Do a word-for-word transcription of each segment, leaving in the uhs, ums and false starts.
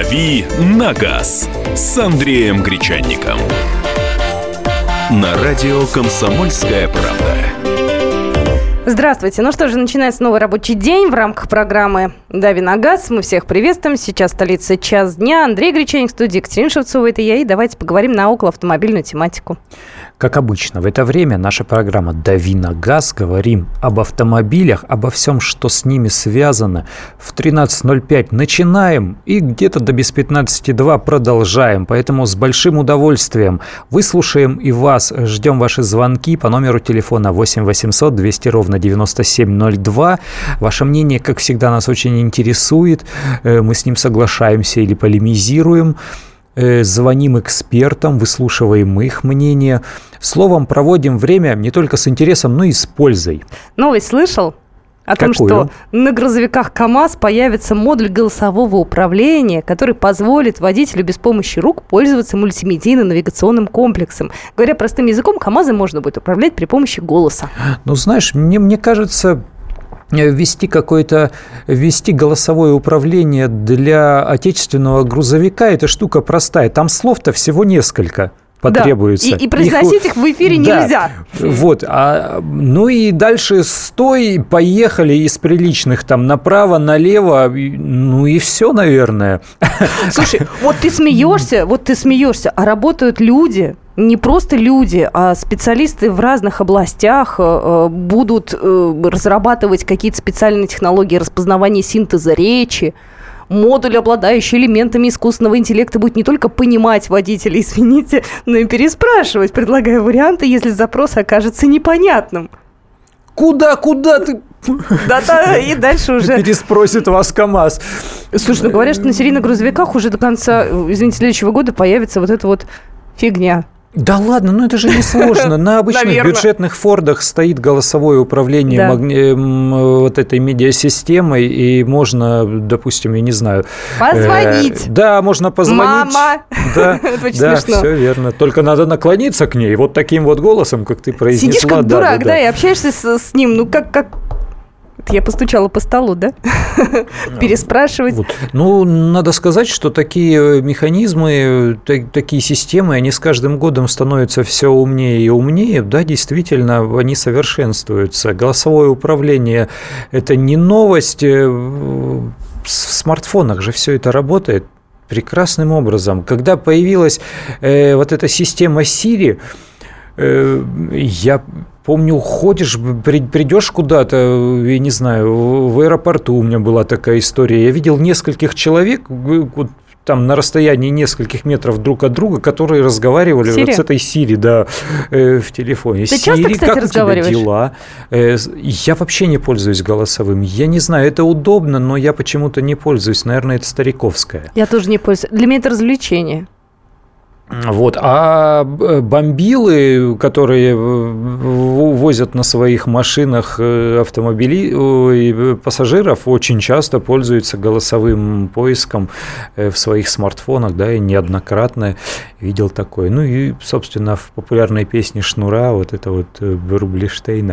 «Дави на газ» с Андреем Гречанником. На радио «Комсомольская правда». Здравствуйте. Ну что же, начинается новый рабочий день в рамках программы «Дави на газ». Мы всех приветствуем. Сейчас столица час дня. Андрей Гречанник в студии, Екатерина Шевцова, это я. И давайте поговорим на околоавтомобильную тематику. Как обычно, в это время наша программа «Дави на газ». Говорим об автомобилях, обо всем, что с ними связано. В тринадцать ноль пять начинаем и где-то до без пятнадцати два продолжаем. Поэтому с большим удовольствием выслушаем и вас. Ждем ваши звонки по номеру телефона восемь восемьсот двести ровно девяносто семь ноль два. Ваше мнение, как всегда, нас очень интересует. Мы с ним соглашаемся или полемизируем. Звоним экспертам, выслушиваем их мнение. Словом, проводим время не только с интересом, но и с пользой. Новость слышал? О том, Какую? Что на грузовиках КАМАЗ появится модуль голосового управления, который позволит водителю без помощи рук пользоваться мультимедийным навигационным комплексом. Говоря простым языком, КАМАЗы можно будет управлять при помощи голоса. Ну, знаешь, мне, мне кажется... Ввести какое-то, ввести голосовое управление для отечественного грузовика – это штука простая. Там слов-то всего несколько потребуется. Да. И, и произносить их, их в эфире да. нельзя. Вот. А, ну и дальше стой, поехали из приличных там направо, налево. Ну и все, наверное. Слушай, вот ты смеешься, вот ты смеешься, а работают люди. Не просто люди, а специалисты в разных областях э, будут э, разрабатывать какие-то специальные технологии распознавания синтеза речи. Модуль, обладающий элементами искусственного интеллекта, будет не только понимать водителя, извините, но и переспрашивать, предлагая варианты, если запрос окажется непонятным. Куда, куда ты? Да-да, и дальше уже... Переспросит вас КАМАЗ. Слушай, ну говорят, что на серийных грузовиках уже до конца, извините, следующего года появится вот эта вот фигня. Да ладно, ну это же не сложно. На обычных Наверное. бюджетных Фордах стоит голосовое управление Да. магни... вот этой медиасистемой, и можно, допустим, я не знаю... Позвонить. Э, да, можно позвонить. Мама. Да, Это очень да, смешно. все верно. Только надо наклониться к ней вот таким вот голосом, как ты произнесла. Сидишь как да, дурак, да, да, да, и общаешься с, с ним, ну как... как... Я постучала по столу, да? Переспрашивать. Вот. Ну, надо сказать, что такие механизмы, та- такие системы, они с каждым годом становятся все умнее и умнее. Да, действительно, они совершенствуются. Голосовое управление – это не новость. В смартфонах же все это работает прекрасным образом. Когда появилась э, вот эта система Siri, э, я... Помню, ходишь, придешь куда-то, я не знаю, в аэропорту у меня была такая история. Я видел нескольких человек, вот, там на расстоянии нескольких метров друг от друга, которые разговаривали вот с этой Siri, да, э, в телефоне. Ты Siri, часто, кстати, как разговариваешь? У тебя дела? Э, я вообще не пользуюсь голосовым. Я не знаю, это удобно, но я почему-то не пользуюсь. Наверное, это стариковское. Я тоже не пользуюсь. Для меня это развлечение. Вот. А бомбилы, которые возят на своих машинах автомобилей, пассажиров, очень часто пользуются голосовым поиском в своих смартфонах, да, и неоднократно видел такое. Ну и, собственно, в популярной песне Шнура, вот это вот Рублиштейна,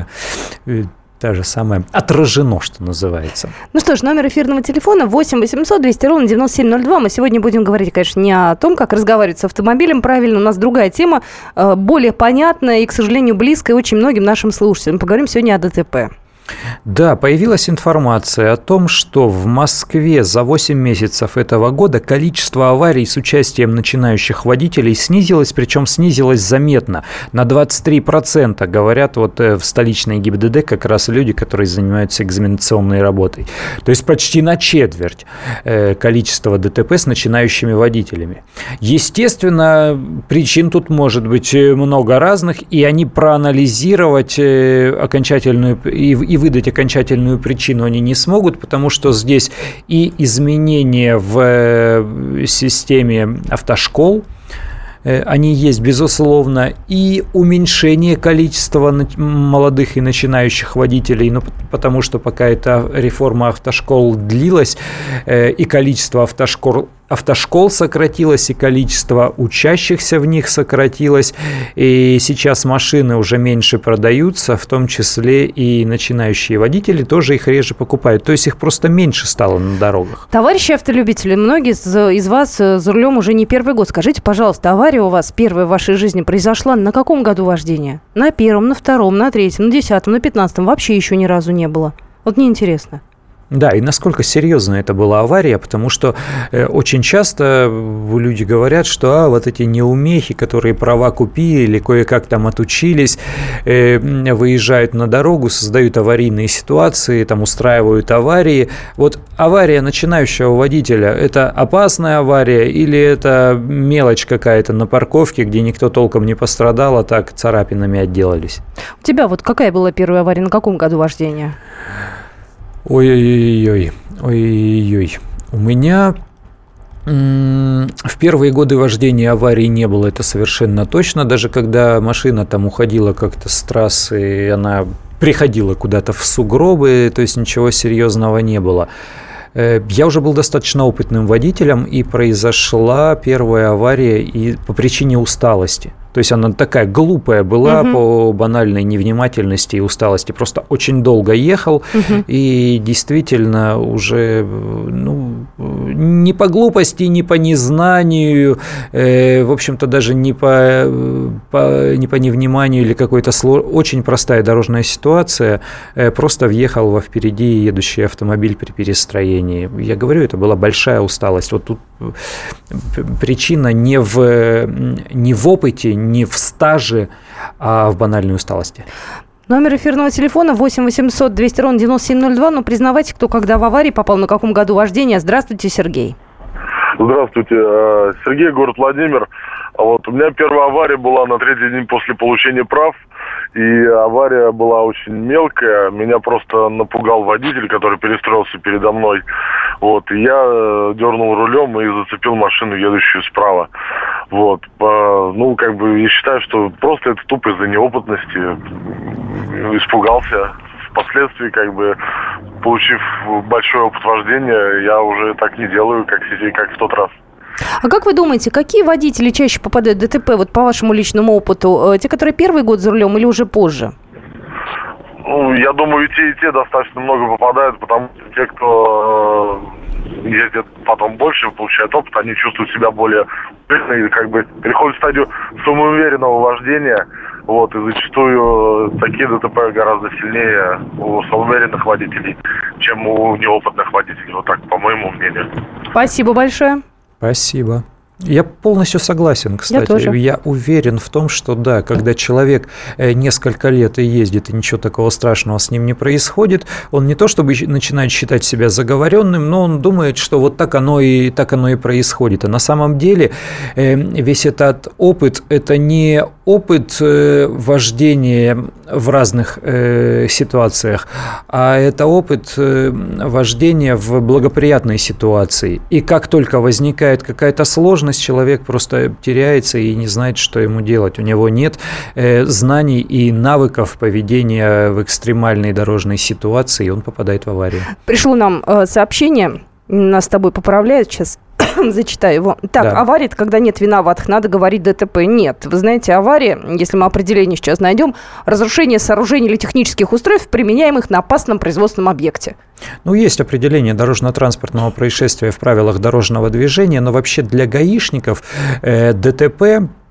та же самая, отражено, что называется. Ну что ж, номер эфирного телефона восемь восемьсот двести ровно девяносто семь ноль два. Мы сегодня будем говорить, конечно, не о том, как разговаривать с автомобилем правильно. У нас другая тема, более понятная и, к сожалению, близкая очень многим нашим слушателям. Поговорим сегодня о ДТП. Да, появилась информация о том, что в Москве за восемь месяцев этого года количество аварий с участием начинающих водителей снизилось, причем снизилось заметно, на двадцать три процента, говорят вот в столичной ГИБДД как раз люди, которые занимаются экзаменационной работой. То есть почти на четверть количество ДТП с начинающими водителями. Естественно, причин тут может быть много разных, и они проанализировать окончательную и, и выдать окончательную причину они не смогут, потому что здесь и изменения в системе автошкол, они есть, безусловно, и уменьшение количества молодых и начинающих водителей, ну, потому что пока эта реформа автошкол длилась, и количество автошкол автошкол сократилось, и количество учащихся в них сократилось, и сейчас машины уже меньше продаются, в том числе и начинающие водители тоже их реже покупают, то есть их просто меньше стало на дорогах. Товарищи автолюбители, многие из, из вас за рулем уже не первый год. Скажите, пожалуйста, авария у вас первая в вашей жизни произошла на каком году вождения? На первом, на втором, на третьем, на десятом, на пятнадцатом? Вообще еще ни разу не было. Вот мне интересно. Да, и насколько серьезно это была авария, потому что э, очень часто люди говорят, что а, вот эти неумехи, которые права купили, кое-как там отучились, э, выезжают на дорогу, создают аварийные ситуации, там устраивают аварии. Вот авария начинающего водителя – это опасная авария или это мелочь какая-то на парковке, где никто толком не пострадал, а так царапинами отделались? У тебя вот какая была первая авария, на каком году вождения? Ой-ой-ой, ой-ой-ой. У меня м- в первые годы вождения аварии не было, это совершенно точно. Даже когда машина там уходила как-то с трассы, она приходила куда-то в сугробы, то есть ничего серьезного не было. Я уже был достаточно опытным водителем, и произошла первая авария и по причине усталости. То есть она такая глупая была угу. по банальной невнимательности и усталости. Просто очень долго ехал угу. и действительно уже ну, не по глупости, не по незнанию, э, в общем-то даже не по, по, не по невниманию или какой-то сло... очень простая дорожная ситуация, э, просто въехал во впереди едущий автомобиль при перестроении. Я говорю, это была большая усталость. Вот тут причина не в, не в опыте, не в стаже, а в банальной усталости. Номер эфирного телефона восемь восемьсот двести ровно девяносто семь ноль два. Но признавайте, кто когда в аварии попал, на каком году вождения. Здравствуйте, Сергей. Здравствуйте. Сергей, город Владимир. Вот, у меня первая авария была на третий день после получения прав. И авария была очень мелкая. Меня просто напугал водитель, который перестроился передо мной. Вот, и я дернул рулем и зацепил машину, едущую справа. Вот, ну, как бы, я считаю, что просто это тупо из-за неопытности. Испугался. Впоследствии, как бы, получив большой опыт вождения, я уже так не делаю, как, как в тот раз. А как вы думаете, какие водители чаще попадают в ДТП, вот по вашему личному опыту? Те, которые первый год за рулем или уже позже? Ну, я думаю, и те, и те достаточно много попадают, потому что те, кто э, ездит потом больше, получает опыт, они чувствуют себя более уверенно и как бы переходят в стадию самоуверенного вождения. Вот, и зачастую такие ДТП гораздо сильнее у самоуверенных водителей, чем у неопытных водителей. Вот так, по моему мнению. Спасибо большое. Спасибо. Я полностью согласен, кстати. Я тоже. Я уверен в том, что да, когда человек несколько лет и ездит, и ничего такого страшного с ним не происходит, он не то чтобы начинает считать себя заговоренным, но он думает, что вот так оно и, так оно и происходит. А на самом деле весь этот опыт – это не опыт вождения в разных ситуациях, а это опыт вождения в благоприятной ситуации. И как только возникает какая-то сложность, человек просто теряется и не знает, что ему делать. У него нет э, знаний и навыков поведения в экстремальной дорожной ситуации, и он попадает в аварию. Пришло нам э, сообщение, нас с тобой поправляют сейчас. Зачитаю его. Так, да. Авария – это когда нет виноватых, надо говорить ДТП. Нет, вы знаете, авария, если мы определение сейчас найдем, разрушение сооружений или технических устройств, применяемых на опасном производственном объекте. Ну, есть определение дорожно-транспортного происшествия в правилах дорожного движения, но вообще для гаишников э, ДТП –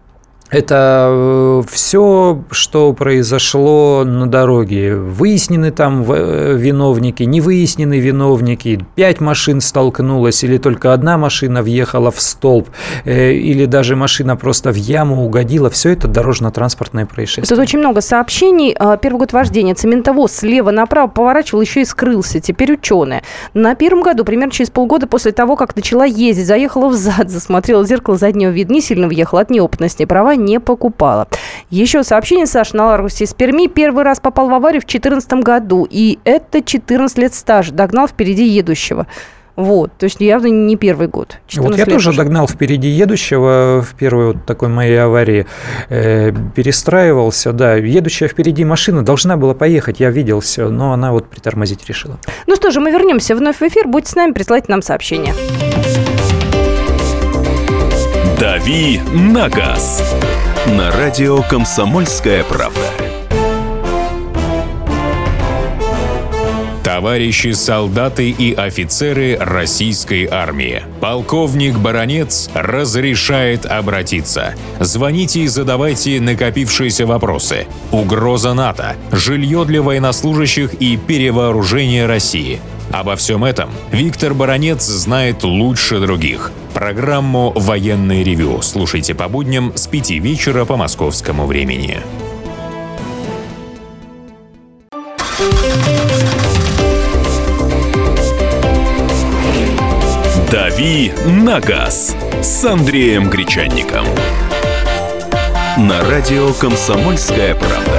это все, что произошло на дороге. Выяснены там виновники, не выяснены виновники, пять машин столкнулось, или только одна машина въехала в столб, или даже машина просто в яму угодила. Все это дорожно-транспортное происшествие. Тут очень много сообщений. Первый год вождения. Цементовоз слева направо поворачивал, еще и скрылся. Теперь ученые. На первом году, примерно через полгода после того, как начала ездить, заехала взад, засмотрела в зеркало заднего вида, не сильно въехала от неопытности, права не покупала. Еще сообщение, Саша на Ларгусе из Перми. Первый раз попал в аварию в две тысячи четырнадцатом году. И это четырнадцать лет стажа. Догнал впереди едущего. Вот. То есть явно не первый год. Вот я тоже уже догнал впереди едущего в первой вот такой моей аварии. Э, перестраивался, да. Едущая впереди машина должна была поехать. Я видел все, но она вот притормозить решила. Ну что же, мы вернемся вновь в эфир. Будьте с нами, присылайте нам сообщение. «Дави на газ» на радио «Комсомольская правда». Товарищи солдаты и офицеры российской армии. Полковник Баранец разрешает обратиться. Звоните и задавайте накопившиеся вопросы. Угроза НАТО, жилье для военнослужащих и перевооружение России. Обо всем этом Виктор Баранец знает лучше других. Программу «Военное ревю» слушайте по будням с пяти вечера по московскому времени. «Дави на газ» с Андреем Гречанником. На радио «Комсомольская правда».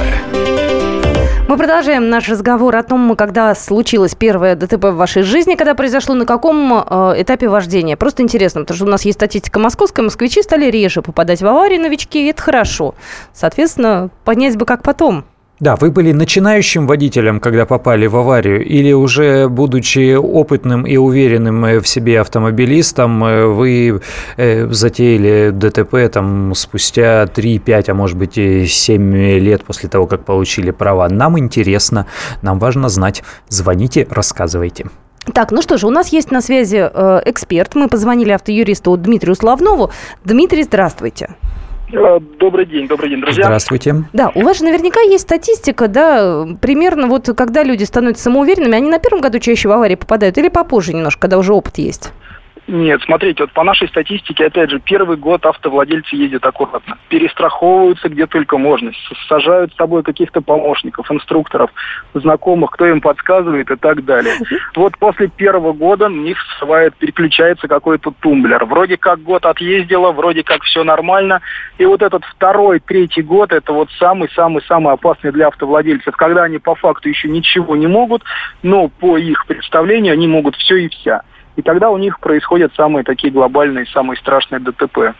Мы продолжаем наш разговор о том, когда случилось первое ДТП в вашей жизни, когда произошло, на каком э, этапе вождения. Просто интересно, потому что у нас есть статистика московская, москвичи стали реже попадать в аварии, новички, и это хорошо. Соответственно, понять бы, как потом. Да, вы были начинающим водителем, когда попали в аварию, или уже будучи опытным и уверенным в себе автомобилистом, вы затеяли ДТП там спустя три-пять, а может быть и семь лет после того, как получили права? Нам интересно, нам важно знать. Звоните, рассказывайте. Так, ну что же, у нас есть на связи э, эксперт. Мы позвонили автоюристу Дмитрию Славнову. Дмитрий, здравствуйте. Добрый день, добрый день, друзья. Здравствуйте. Да, у вас же наверняка есть статистика, да, примерно вот когда люди становятся самоуверенными, они на первом году чаще в аварии попадают или попозже немножко, когда уже опыт есть? Нет, смотрите, вот по нашей статистике, опять же, первый год автовладельцы ездят аккуратно, перестраховываются где только можно, сажают с собой каких-то помощников, инструкторов, знакомых, кто им подсказывает и так далее. Вот после первого года у них бывает, переключается какой-то тумблер. Вроде как год отъездила, вроде как все нормально. И вот этот второй, третий год, это вот самый-самый-самый опасный для автовладельцев, когда они по факту еще ничего не могут, но по их представлению они могут все и вся. И тогда у них происходят самые такие глобальные, самые страшные ДТП.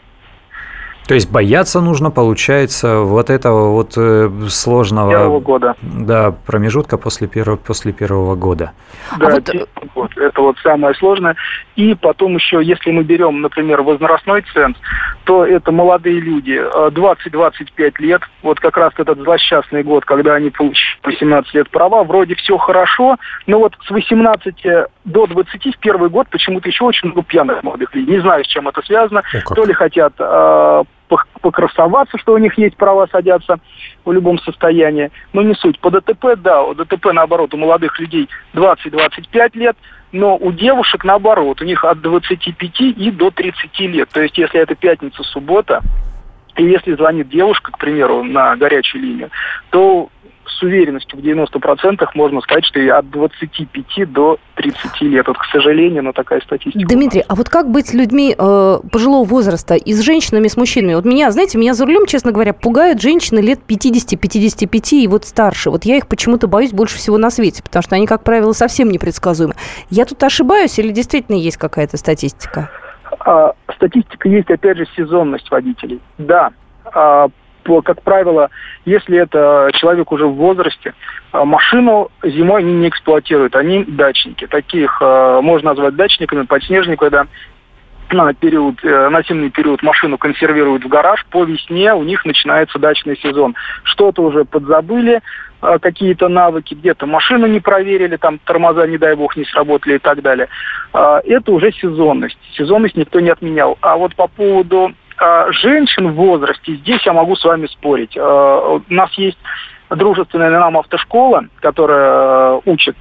То есть бояться нужно, получается, вот этого вот сложного первого года. Да, промежутка после первого, после первого года. Да, а вот... год. Это вот самое сложное. И потом еще, если мы берем, например, возрастной ценз, то это молодые люди, двадцать-двадцать пять лет, вот как раз этот злосчастный год, когда они получили восемнадцать лет права, вроде все хорошо, но вот с восемнадцати до двадцати в первый год почему-то еще очень много пьяных молодых людей. Не знаю, с чем это связано. О, то ли хотят э, покрасоваться, что у них есть права, садятся в любом состоянии. Но не суть. По ДТП, да, у ДТП, наоборот, у молодых людей двадцать-двадцать пять лет, но у девушек, наоборот, у них от двадцати пяти и до тридцати лет. То есть, если это пятница, суббота, и если звонит девушка, к примеру, на горячую линию, то с уверенностью в девяноста процентах можно сказать, что и от двадцати пяти до тридцати лет. Вот, к сожалению, но такая статистика. Дмитрий, а вот как быть с людьми э, пожилого возраста и с женщинами, с мужчинами? Вот меня, знаете, меня за рулем, честно говоря, пугают женщины лет пятидесяти-пятидесяти пяти и вот старше. Вот я их почему-то боюсь больше всего на свете, потому что они, как правило, совсем непредсказуемы. Я тут ошибаюсь или действительно есть какая-то статистика? А, статистика есть, опять же, сезонность водителей. Да, а, по, как правило, если это человек уже в возрасте, машину зимой они не эксплуатируют, они дачники. Таких можно назвать дачниками, подснежниками, когда на период, на зимний период машину консервируют в гараж, по весне у них начинается дачный сезон. Что-то уже подзабыли, какие-то навыки, где-то машину не проверили, там тормоза, не дай бог, не сработали и так далее. Это уже сезонность. Сезонность никто не отменял. А вот по поводу женщин в возрасте, здесь я могу с вами спорить. У нас есть дружественная нам автошкола, которая учит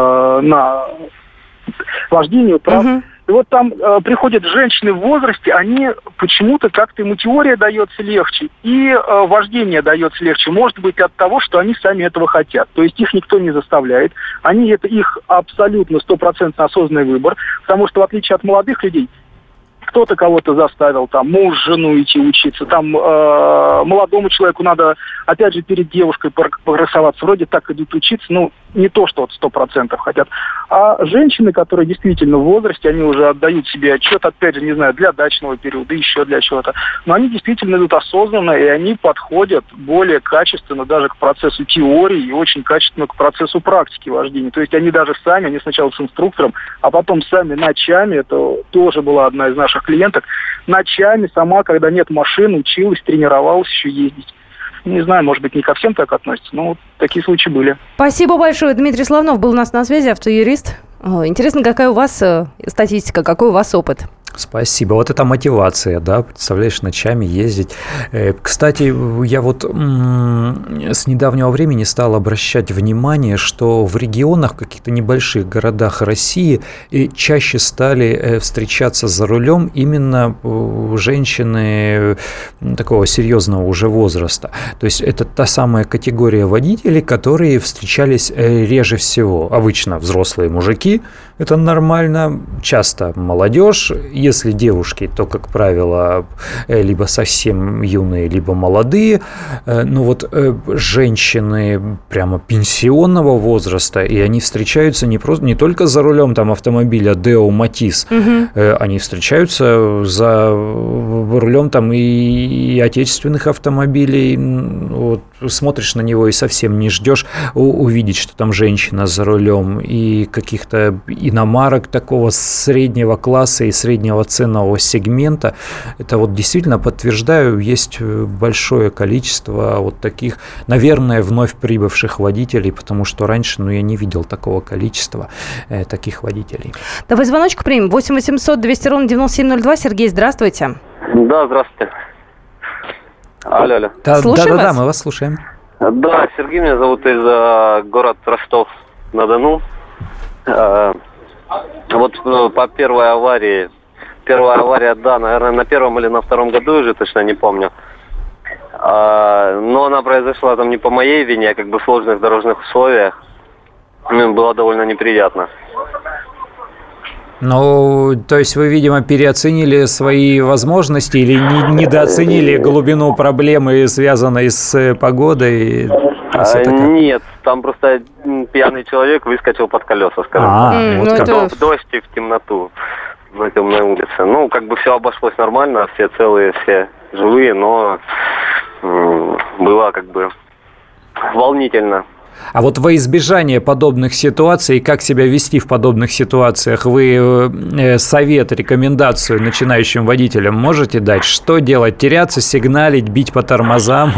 на вождению прав. Uh-huh. И вот там э, приходят женщины в возрасте, они почему-то как-то ему теория дается легче, и э, вождение дается легче. Может быть, от того, что они сами этого хотят. То есть их никто не заставляет. Они, это их абсолютно стопроцентно осознанный выбор, потому что в отличие от молодых людей, кто-то кого-то заставил, там, муж, жену идти учиться, там, э, молодому человеку надо, опять же, перед девушкой покрасоваться, вроде так идут учиться, ну, не то, что вот сто процентов хотят. А женщины, которые действительно в возрасте, они уже отдают себе отчет, опять же, не знаю, для дачного периода, еще для чего-то, но они действительно идут осознанно, и они подходят более качественно даже к процессу теории и очень качественно к процессу практики вождения. То есть они даже сами, они сначала с инструктором, а потом сами ночами, это тоже была одна из наших наших клиенток ночами сама, когда нет машин, училась, тренировалась еще ездить. Не знаю, может быть, не ко всем так относится, но вот такие случаи были. Спасибо большое. Дмитрий Славнов был у нас на связи, автоюрист. Интересно, какая у вас статистика, какой у вас опыт? Спасибо. Вот это мотивация, да, представляешь, ночами ездить. Кстати, я вот с недавнего времени стал обращать внимание, что в регионах, в каких-то небольших городах России чаще стали встречаться за рулем именно женщины такого серьезного уже возраста. То есть это та самая категория водителей, которые встречались реже всего. Обычно взрослые мужики, это нормально, часто молодежь. Если девушки, то, как правило, либо совсем юные, либо молодые. Ну вот женщины прямо пенсионного возраста, и они встречаются не, просто, не только за рулем там, автомобиля Део Матис, угу. Они встречаются за рулем там, и, и отечественных автомобилей. Вот, смотришь на него и совсем не ждешь увидеть, что там женщина за рулем, и каких-то иномарок такого среднего класса и среднего ценного сегмента. Это вот действительно, подтверждаю, есть большое количество вот таких, наверное, вновь прибывших водителей, потому что раньше, ну, я не видел такого количества э, таких водителей. Давай звоночку примем. восемь восемьсот двести ровно девяносто семь ноль два. Сергей, здравствуйте. Да, здравствуйте. Алло, алло. Да, слушаем да, вас? да, мы вас слушаем. Да, Сергей меня зовут, из э, город Ростов-на-Дону. Э, вот э, по первой аварии, первая авария, да, наверное, на первом или на втором году уже, точно не помню. Э, но она произошла там не по моей вине, а как бы в сложных дорожных условиях. Ну, было довольно неприятно. Ну, то есть вы, видимо, переоценили свои возможности или не, недооценили глубину проблемы, связанной с погодой? А, нет, там просто пьяный человек выскочил под колеса, скажем а, так. Вот ну как. это... В дождь и в темноту на темной улице. Ну, как бы все обошлось нормально, все целые, все живые, но м- было как бы волнительно. А вот во избежание подобных ситуаций, как себя вести в подобных ситуациях, вы совет, рекомендацию начинающим водителям можете дать? Что делать? Теряться, сигналить, бить по тормозам?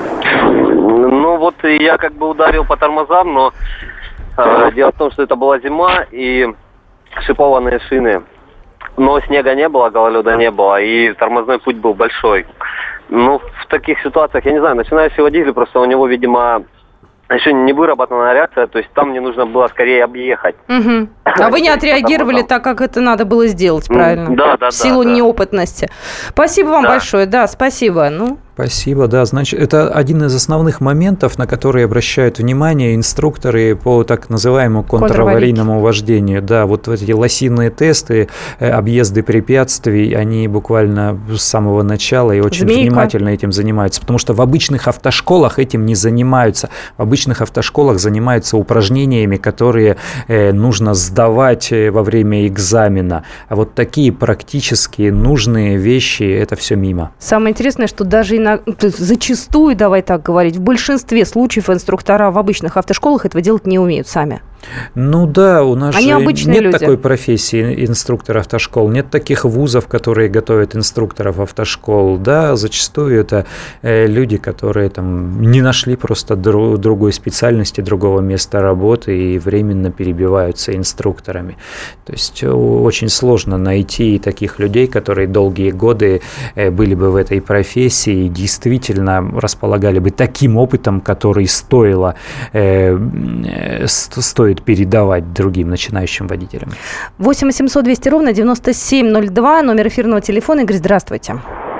Ну вот я как бы ударил по тормозам, но э, дело в том, что это была зима и шипованные шины. Но снега не было, гололеда не было, и тормозной путь был большой. Ну, в таких ситуациях, я не знаю, начинающий водитель, просто у него, видимо... еще не выработанная реакция, то есть там мне нужно было скорее объехать. Угу. А вы не отреагировали так, как это надо было сделать, правильно? Да, да, в силу да, да. неопытности. Спасибо вам да. большое. Да, спасибо. Ну... Спасибо, да. Значит, это один из основных моментов, на которые обращают внимание инструкторы по так называемому контраварийному вождению. Да, вот эти лосиные тесты, объезды препятствий, они буквально с самого начала и очень Змейка. внимательно этим занимаются, потому что в обычных автошколах этим не занимаются. В обычных автошколах занимаются упражнениями, которые нужно сдавать во время экзамена. А вот такие практические нужные вещи, это все мимо. Самое интересное, что даже на... зачастую, давай так говорить, в большинстве случаев инструктора в обычных автошколах этого делать не умеют сами. Ну да, у нас Они же обычные нет люди. такой профессии инструктора автошкол, нет таких вузов, которые готовят инструкторов автошкол. Да, зачастую это э, люди, которые там не нашли просто дру- другой специальности, другого места работы и временно перебиваются инструкторами. То есть э, очень сложно найти таких людей, которые долгие годы э, были бы в этой профессии и действительно располагали бы таким опытом, который стоило, э, э, стоит передавать другим начинающим водителям. восемь восемьсот двести ровно девяносто семь ноль два, номер эфирного телефона. Игорь, здравствуйте.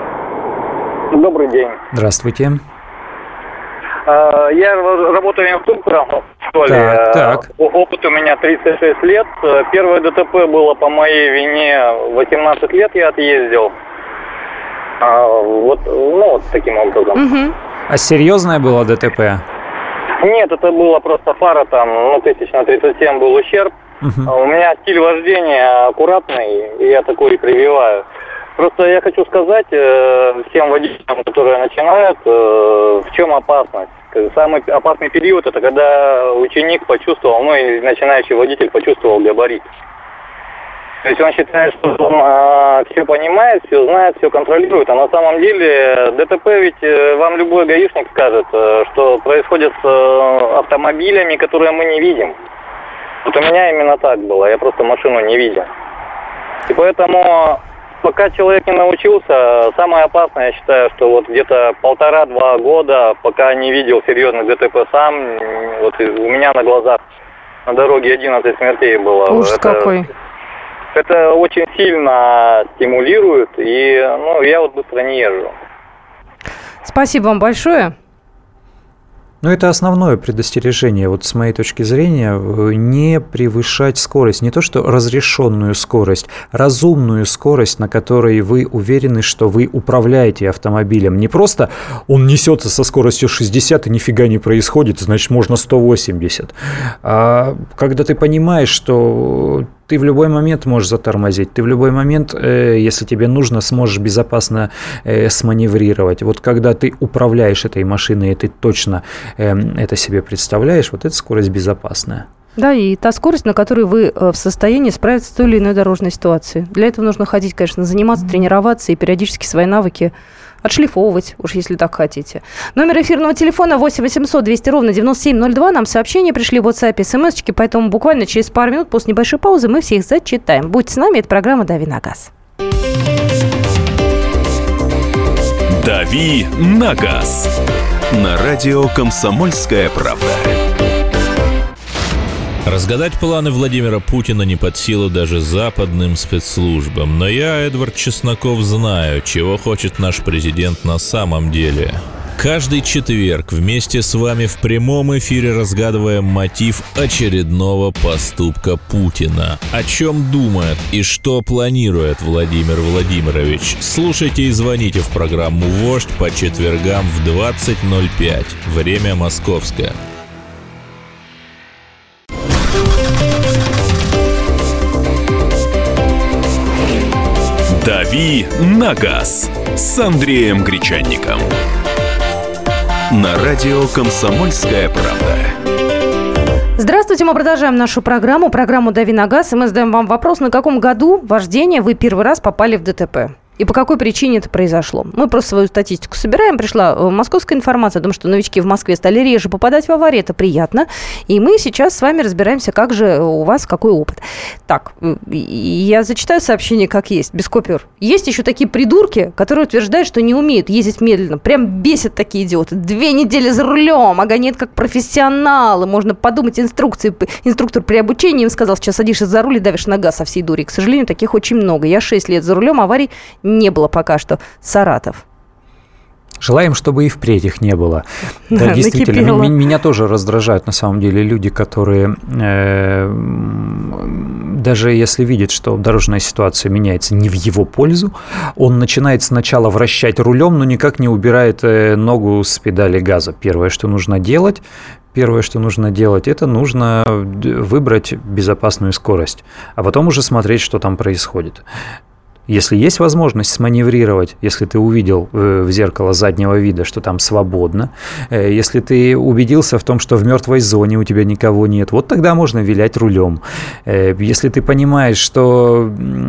Добрый день. Здравствуйте. Я работаю инструктором в школе. Так, так. Опыт у меня тридцать шесть лет. Первое ДТП было по моей вине. восемнадцать лет я отъездил. Вот, ну, вот таким образом. Угу. А серьезное было ДТП? Нет, это было просто фара там, ну, тысяч на тридцать семь был ущерб. Угу. У меня стиль вождения аккуратный, и я такой прививаю. Просто я хочу сказать э, всем водителям, которые начинают, э, в чем опасность. Самый опасный период – это когда ученик почувствовал, ну и начинающий водитель почувствовал габарит. То есть он считает, что он а, все понимает, все знает, все контролирует. А на самом деле ДТП ведь вам любой гаишник скажет, что происходит с автомобилями, которые мы не видим. Вот у меня именно так было, я просто машину не видел. И поэтому, пока человек не научился, самое опасное, я считаю, что вот где-то полтора-два года, пока не видел серьезных ДТП сам, вот у меня на глазах на дороге одиннадцать смертей было. Ужас это, какой. Это очень сильно стимулирует, и ну, я вот быстро не езжу. Спасибо вам большое. Ну, это основное предостережение, вот с моей точки зрения, не превышать скорость, не то что разрешенную скорость, разумную скорость, на которой вы уверены, что вы управляете автомобилем. Не просто он несется со скоростью шестьдесят и нифига не происходит, значит, можно сто восемьдесят. А когда ты понимаешь, что ты в любой момент можешь затормозить, ты в любой момент, если тебе нужно, сможешь безопасно сманеврировать. Вот когда ты управляешь этой машиной, и ты точно это себе представляешь, вот эта скорость безопасная. Да, и та скорость, на которой вы в состоянии справиться с той или иной дорожной ситуацией. Для этого нужно ходить, конечно, заниматься, тренироваться и периодически свои навыки отшлифовывать, уж если так хотите. Номер эфирного телефона восемь восемьсот двести ровно девяносто семь ноль два. Нам сообщения пришли в WhatsApp, смс-очки, поэтому буквально через пару минут после небольшой паузы мы все их зачитаем. Будьте с нами, это программа «Дави на газ». «Дави на газ» на радио «Комсомольская правда». Разгадать планы Владимира Путина не под силу даже западным спецслужбам. Но я, Эдвард Чесноков, знаю, чего хочет наш президент на самом деле. Каждый четверг вместе с вами в прямом эфире разгадываем мотив очередного поступка Путина. О чем думает и что планирует Владимир Владимирович? Слушайте и звоните в программу «Вождь» по четвергам в двадцать ноль пять. Время московское. «Дави на газ» с Андреем Гречанником. На радио «Комсомольская правда». Здравствуйте, мы продолжаем нашу программу, программу «Дави на газ», и мы задаем вам вопрос, на каком году вождения вы первый раз попали в ДТП? И по какой причине это произошло? Мы просто свою статистику собираем. Пришла московская информация о том, что новички в Москве стали реже попадать в аварии. Это приятно. И мы сейчас с вами разбираемся, как же у вас, какой опыт. Так, я зачитаю сообщение как есть, без купюр. Есть еще такие придурки, которые утверждают, что не умеют ездить медленно. Прям бесят такие идиоты. Две недели за рулем, а гоняют как профессионалы. Можно подумать, инструкции. Инструктор при обучении им сказал, сейчас садишься за руль и давишь на газ со всей дури. К сожалению, таких очень много. Я шесть лет за рулем, аварий не было пока что. Саратов. Желаем, чтобы и впредь их не было. Да, да, действительно, м- меня тоже раздражают на самом деле люди, которые э, даже если видят, что дорожная ситуация меняется не в его пользу, он начинает сначала вращать рулем, но никак не убирает э, ногу с педали газа. Первое, что нужно делать, Первое, что нужно делать, это нужно выбрать безопасную скорость, а потом уже смотреть, что там происходит. Если есть возможность сманеврировать, если ты увидел в зеркало заднего вида, что там свободно, если ты убедился в том, что в мертвой зоне у тебя никого нет, вот тогда можно вилять рулем. Если ты понимаешь, что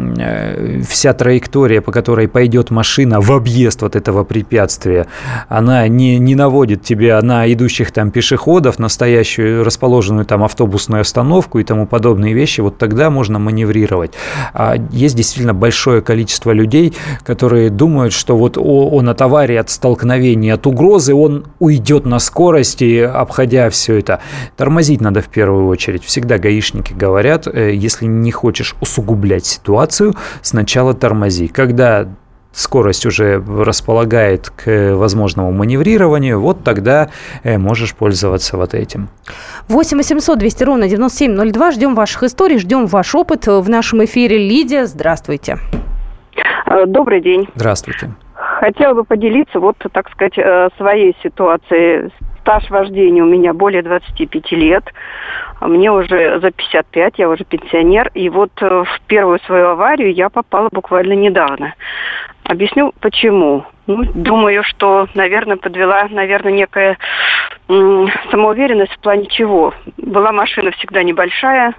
вся траектория, по которой пойдет машина в объезд вот этого препятствия, она не, не наводит тебя на идущих там пешеходов, настоящую расположенную там автобусную остановку и тому подобные вещи, вот тогда можно маневрировать. А есть действительно большое количество людей, которые думают, что вот он от аварии, от столкновения, от угрозы, он уйдет на скорости, обходя все это. Тормозить надо в первую очередь. Всегда гаишники говорят, если не хочешь усугублять ситуацию, сначала тормози. Когда скорость уже располагает к возможному маневрированию, вот тогда можешь пользоваться вот этим. восемь восемьсот двести ровно девяносто семь ноль два. Ждем ваших историй, ждем ваш опыт. В нашем эфире Лидия. Здравствуйте. Добрый день. Здравствуйте. Хотела бы поделиться, вот, так сказать, своей ситуацией. Стаж вождения у меня более двадцати пяти лет. Мне уже за пятьдесят пять, я уже пенсионер. И вот в первую свою аварию я попала буквально недавно. Объясню, почему. Ну, думаю, что, наверное, подвела, наверное, некая м- самоуверенность в плане чего. Была машина всегда небольшая,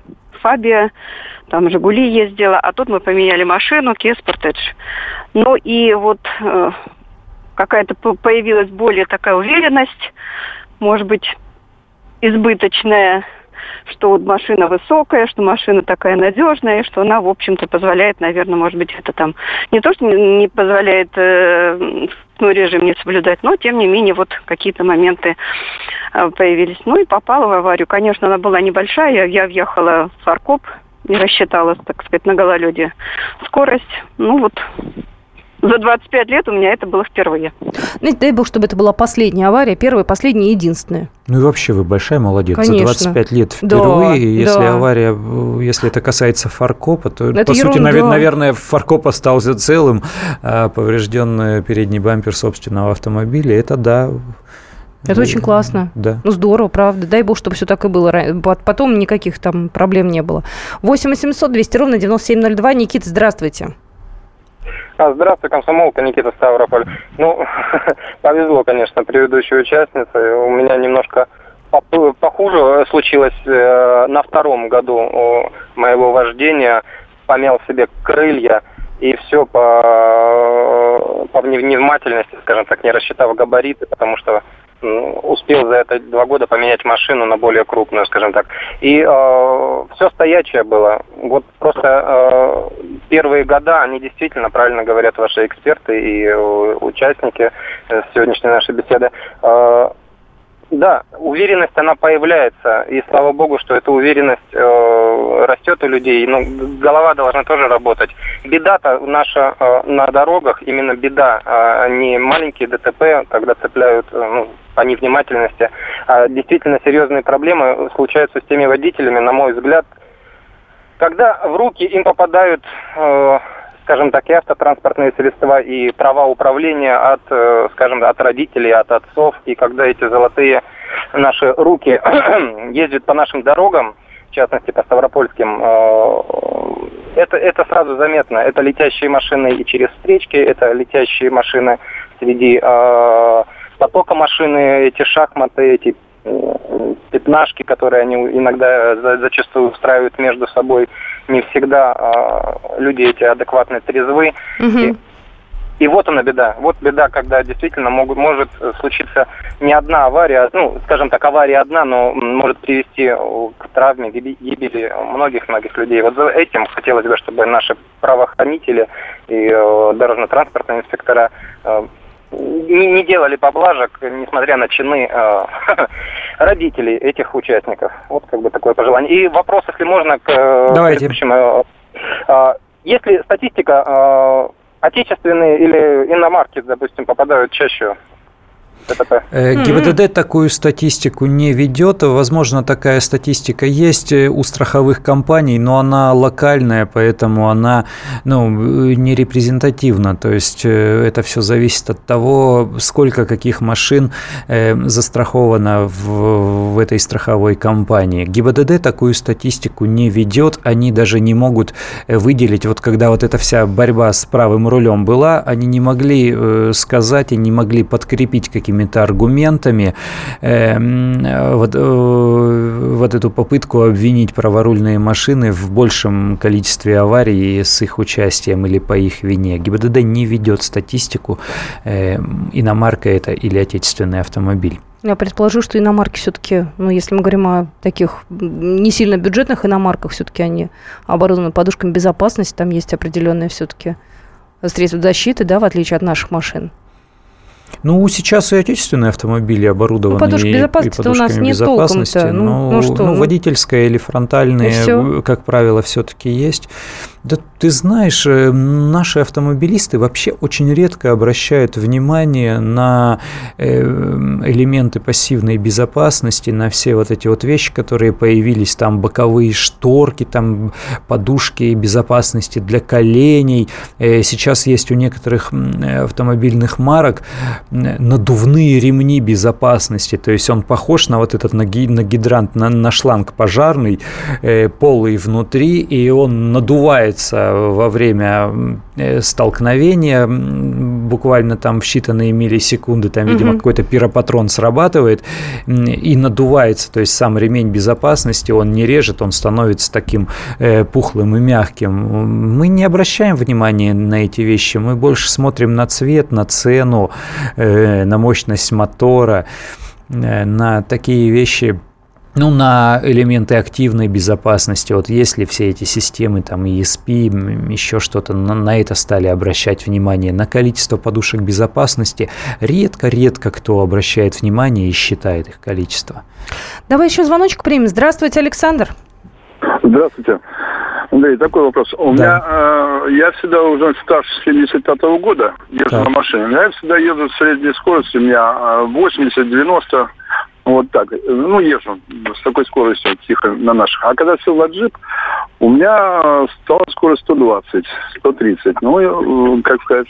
Фабия, там Жигули ездила, а тут мы поменяли машину, Kia Sportage. Ну и вот э, какая-то появилась более такая уверенность, может быть, избыточная, что вот машина высокая, что машина такая надежная, что она, в общем-то, позволяет, наверное, может быть, это там не то, что не, не позволяет э, ну, режим не соблюдать, но, тем не менее, вот какие-то моменты э, появились. Ну и попала в аварию. Конечно, она была небольшая, я, я въехала в фаркоп, не рассчитала, так сказать, на гололеде скорость. Ну вот... За двадцать пять лет у меня это было впервые. Ну, дай бог, чтобы это была последняя авария, первая, последняя, единственная. Ну и вообще вы большая молодец. Конечно. За двадцать пять лет впервые, да, если да. авария, если это касается фаркопа, то, это по ерунда. сути, наверное, фаркоп остался целым, а поврежденный передний бампер собственного автомобиля, это да... Это очень классно. Да. Ну, здорово, правда. Дай бог, чтобы все так и было. Потом никаких там проблем не было. восемь восемьсот двести ровно девяносто семь ноль два. Никита, здравствуйте. А, здравствуй, комсомолка, Никита, Ставрополь. Ну, повезло, конечно, предыдущей участнице. У меня немножко похуже случилось на втором году моего вождения. Помял себе крылья и все по, по невнимательности, скажем так, не рассчитав габариты, потому что успел за это два года поменять машину на более крупную, скажем так. И э, все стоячее было. Вот просто э, первые года, они действительно, правильно говорят ваши эксперты и э, участники э, сегодняшней нашей беседы, э, да, уверенность, она появляется, и слава богу, что эта уверенность э, растет у людей, но голова должна тоже работать. Беда-то наша э, на дорогах, именно беда, а не маленькие ДТП, когда цепляют э, ну, по невнимательности, а действительно серьезные проблемы случаются с теми водителями, на мой взгляд, когда в руки им попадают... Э, скажем так, и автотранспортные средства, и права управления от, скажем, от родителей, от отцов. И когда эти золотые наши руки ездят по нашим дорогам, в частности, по Ставропольским, это, это сразу заметно. Это летящие машины и через встречки, это летящие машины среди потока машины, эти шахматы, эти пятнашки, которые они иногда зачастую устраивают между собой. Не всегда а, люди эти адекватные, трезвы. Угу. И, и вот она беда. Вот беда, когда действительно могут, может случиться не одна авария, ну, скажем так, авария одна, но может привести к травме, гибели многих-многих людей. Вот за этим хотелось бы, чтобы наши правоохранители и э, дорожно-транспортные инспектора э, Не, не делали поблажек, несмотря на чины э, родителей этих участников. Вот как бы такое пожелание. И вопрос, если можно, к Давайте. Э, э, если статистика, э, отечественные или иномарки, допустим, попадают чаще ДТП? ГИБДД такую статистику не ведет. Возможно, такая статистика есть у страховых компаний, но она локальная, поэтому она ну, не репрезентативна. То есть это все зависит от того, сколько каких машин застраховано в, в этой страховой компании. ГИБДД такую статистику не ведет. Они даже не могут выделить, вот когда вот эта вся борьба с правым рулем была, они не могли сказать и не могли подкрепить какими какими-то аргументами э, вот, э, вот эту попытку обвинить праворульные машины в большем количестве аварий с их участием или по их вине. ГИБДД не ведет статистику, э, иномарка это или отечественный автомобиль. Я предположу, что иномарки все-таки, ну, если мы говорим о таких не сильно бюджетных иномарках, все-таки они оборудованы подушками безопасности, там есть определенные все-таки средства защиты, да, в отличие от наших машин. Ну, сейчас и отечественные автомобили оборудованы ну, подушки безопасности, и подушками у нас нет безопасности. Ну, ну, ну, что? Ну, водительская или фронтальные, как правило, все-таки есть. Да ты знаешь, наши автомобилисты вообще очень редко обращают внимание на элементы пассивной безопасности, на все вот эти вот вещи, которые появились, там боковые шторки, там подушки безопасности для коленей. Сейчас есть у некоторых автомобильных марок надувные ремни безопасности, то есть он похож на вот этот на гидрант, на, на шланг пожарный, полый внутри, и он надувается во время столкновения буквально там в считанные миллисекунды, там, видимо, угу. какой-то пиропатрон срабатывает и надувается, то есть сам ремень безопасности, он не режет, он становится таким э, пухлым и мягким. Мы не обращаем внимания на эти вещи, мы больше смотрим на цвет, на цену, э, на мощность мотора, э, на такие вещи. Ну, на элементы активной безопасности, вот если все эти системы, там, и эс пи, еще что-то, на, на это стали обращать внимание, на количество подушек безопасности, редко-редко кто обращает внимание и считает их количество. Давай еще звоночек примем. Здравствуйте, Александр. Здравствуйте. Андрей, такой вопрос. У да. меня, э, я всегда уже стаж семьдесят пятого года, езжу так. на машине. Я всегда еду с средней скоростью, у меня восемьдесят-девяносто. Вот так. Ну, езжу с такой скоростью тихо на наших. А когда сел на джип, у меня стала скорость сто двадцать, сто тридцать. Ну, как сказать,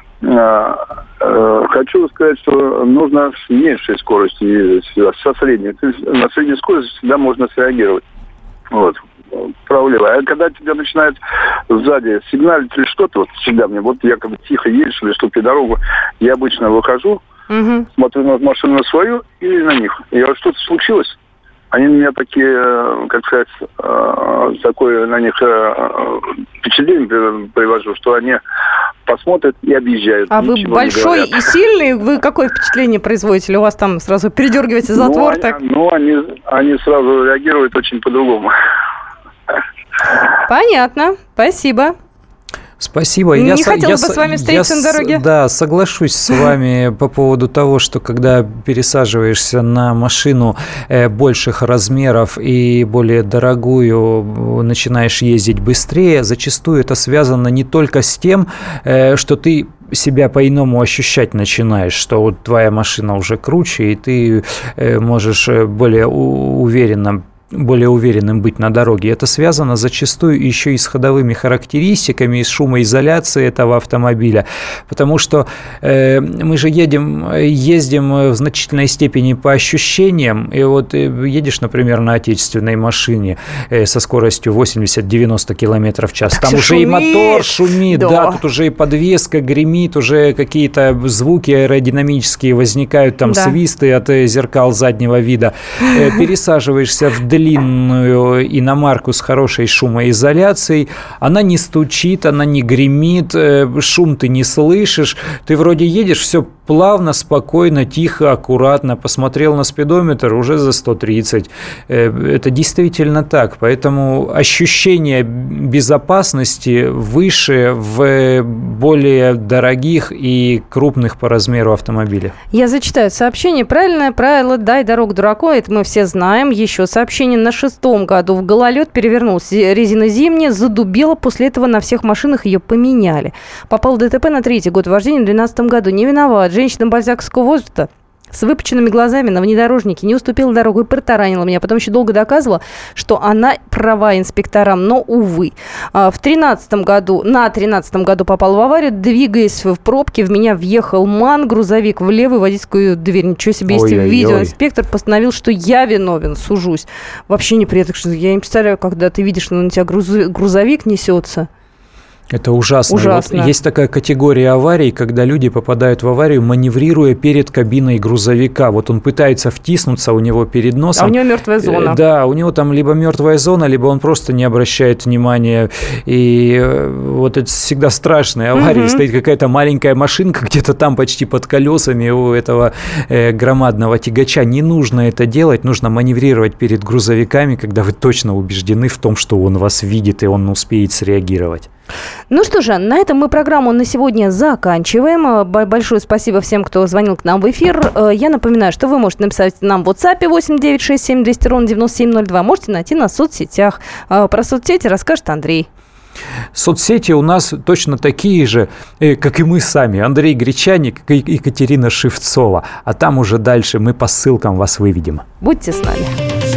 хочу сказать, что нужно с меньшей скоростью ездить, со средней. То есть на средней скорости всегда можно среагировать. Вот. Право-лево. А когда тебя начинают сзади сигналить или что-то, вот всегда мне, вот я как бы тихо едешь или что-то дорогу, я обычно выхожу, угу. смотрю на машину свою или на них. И вот что-то случилось, они на меня такие, как сказать, такое на них впечатление привожу, что они посмотрят и объезжают. А вы большой и сильный? Вы какое впечатление производите? Или у вас там сразу передергивается затвор? Ну, так? Они, ну они, они сразу реагируют очень по-другому. Понятно. Спасибо. Спасибо. Не я хотела я, бы с вами встретиться я, на дороге. Да, соглашусь с вами по поводу того, что когда пересаживаешься на машину больших размеров и более дорогую, начинаешь ездить быстрее, зачастую это связано не только с тем, что ты себя по-иному ощущать начинаешь, что вот твоя машина уже круче, и ты можешь более уверенно более уверенным быть на дороге. Это связано зачастую еще и с ходовыми характеристиками, и с шумоизоляцией этого автомобиля, потому что э, мы же едем, ездим в значительной степени по ощущениям, и вот едешь, например, на отечественной машине э, со скоростью восемьдесят-девяносто километров в час, там уже шумит. И мотор шумит, да. да, тут уже и подвеска гремит, уже какие-то звуки аэродинамические возникают, там да. свисты от зеркал заднего вида, э, пересаживаешься в длинную иномарку с хорошей шумоизоляцией, она не стучит, она не гремит, шум ты не слышишь, ты вроде едешь, все плавно, спокойно, тихо, аккуратно, посмотрел на спидометр, уже за сто тридцать. Это действительно так, поэтому ощущение безопасности выше в более дорогих и крупных по размеру автомобилях. Я зачитаю сообщение. Правильное правило «дай дорогу дураку», это мы все знаем. Еще сообщение: на шестом году в гололед перевернулся, резина зимняя, задубела, после этого на всех машинах ее поменяли. Попал в ДТП на третий год вождения в двенадцатом году. Не виноват. Женщина бальзаковского возраста с выпученными глазами на внедорожнике не уступила дорогу и протаранила меня. Потом еще долго доказывала, что она права инспекторам, но, увы. В тринадцатом году, на тринадцатом году попал в аварию, двигаясь в пробке, в меня въехал МАН, грузовик в левую водительскую дверь. Ничего себе, есть видео. Инспектор постановил, что я виновен, сужусь. Вообще неприятно. Я не представляю, когда ты видишь, на тебя грузовик несется. Это ужасно. Ужасно. Вот есть такая категория аварий, когда люди попадают в аварию, маневрируя перед кабиной грузовика. Вот он пытается втиснуться у него перед носом. А у него мертвая зона. Да, у него там либо мертвая зона, либо он просто не обращает внимания. И вот это всегда страшная авария. Угу. Стоит какая-то маленькая машинка где-то там почти под колесами у этого э, громадного тягача. Не нужно это делать. Нужно маневрировать перед грузовиками, когда вы точно убеждены в том, что он вас видит и он успеет среагировать. Ну что же, на этом мы программу на сегодня заканчиваем. Большое спасибо всем, кто звонил к нам в эфир. Я напоминаю, что вы можете написать нам в WhatsApp восемь девятьсот шестьдесят семь двести ровно девяносто семь ноль два. Можете найти нас в соцсетях. Про соцсети расскажет Андрей. Соцсети у нас точно такие же, как и мы сами. Андрей Гречаник и Екатерина Шевцова. А там уже дальше мы по ссылкам вас выведем. Будьте с нами.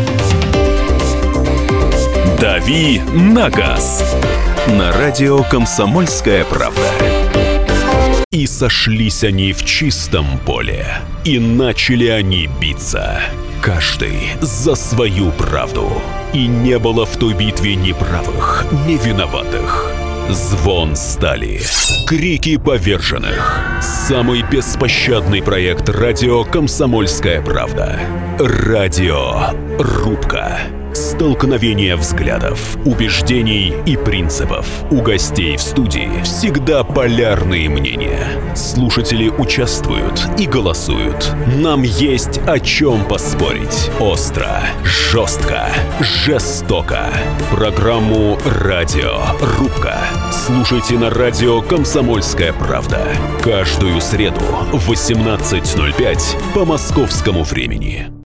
«Дави на газ» на радио «Комсомольская правда». И сошлись они в чистом поле, и начали они биться. Каждый за свою правду. И не было в той битве ни правых, ни виноватых. Звон стали. Крики поверженных. Самый беспощадный проект радио «Комсомольская правда». Радиорубка. Столкновение взглядов, убеждений и принципов. У гостей в студии всегда полярные мнения. Слушатели участвуют и голосуют. Нам есть о чем поспорить. Остро, жестко, жестоко. Программу «Радиорубка» слушайте на радио «Комсомольская правда». Каждую среду в восемнадцать ноль пять по московскому времени.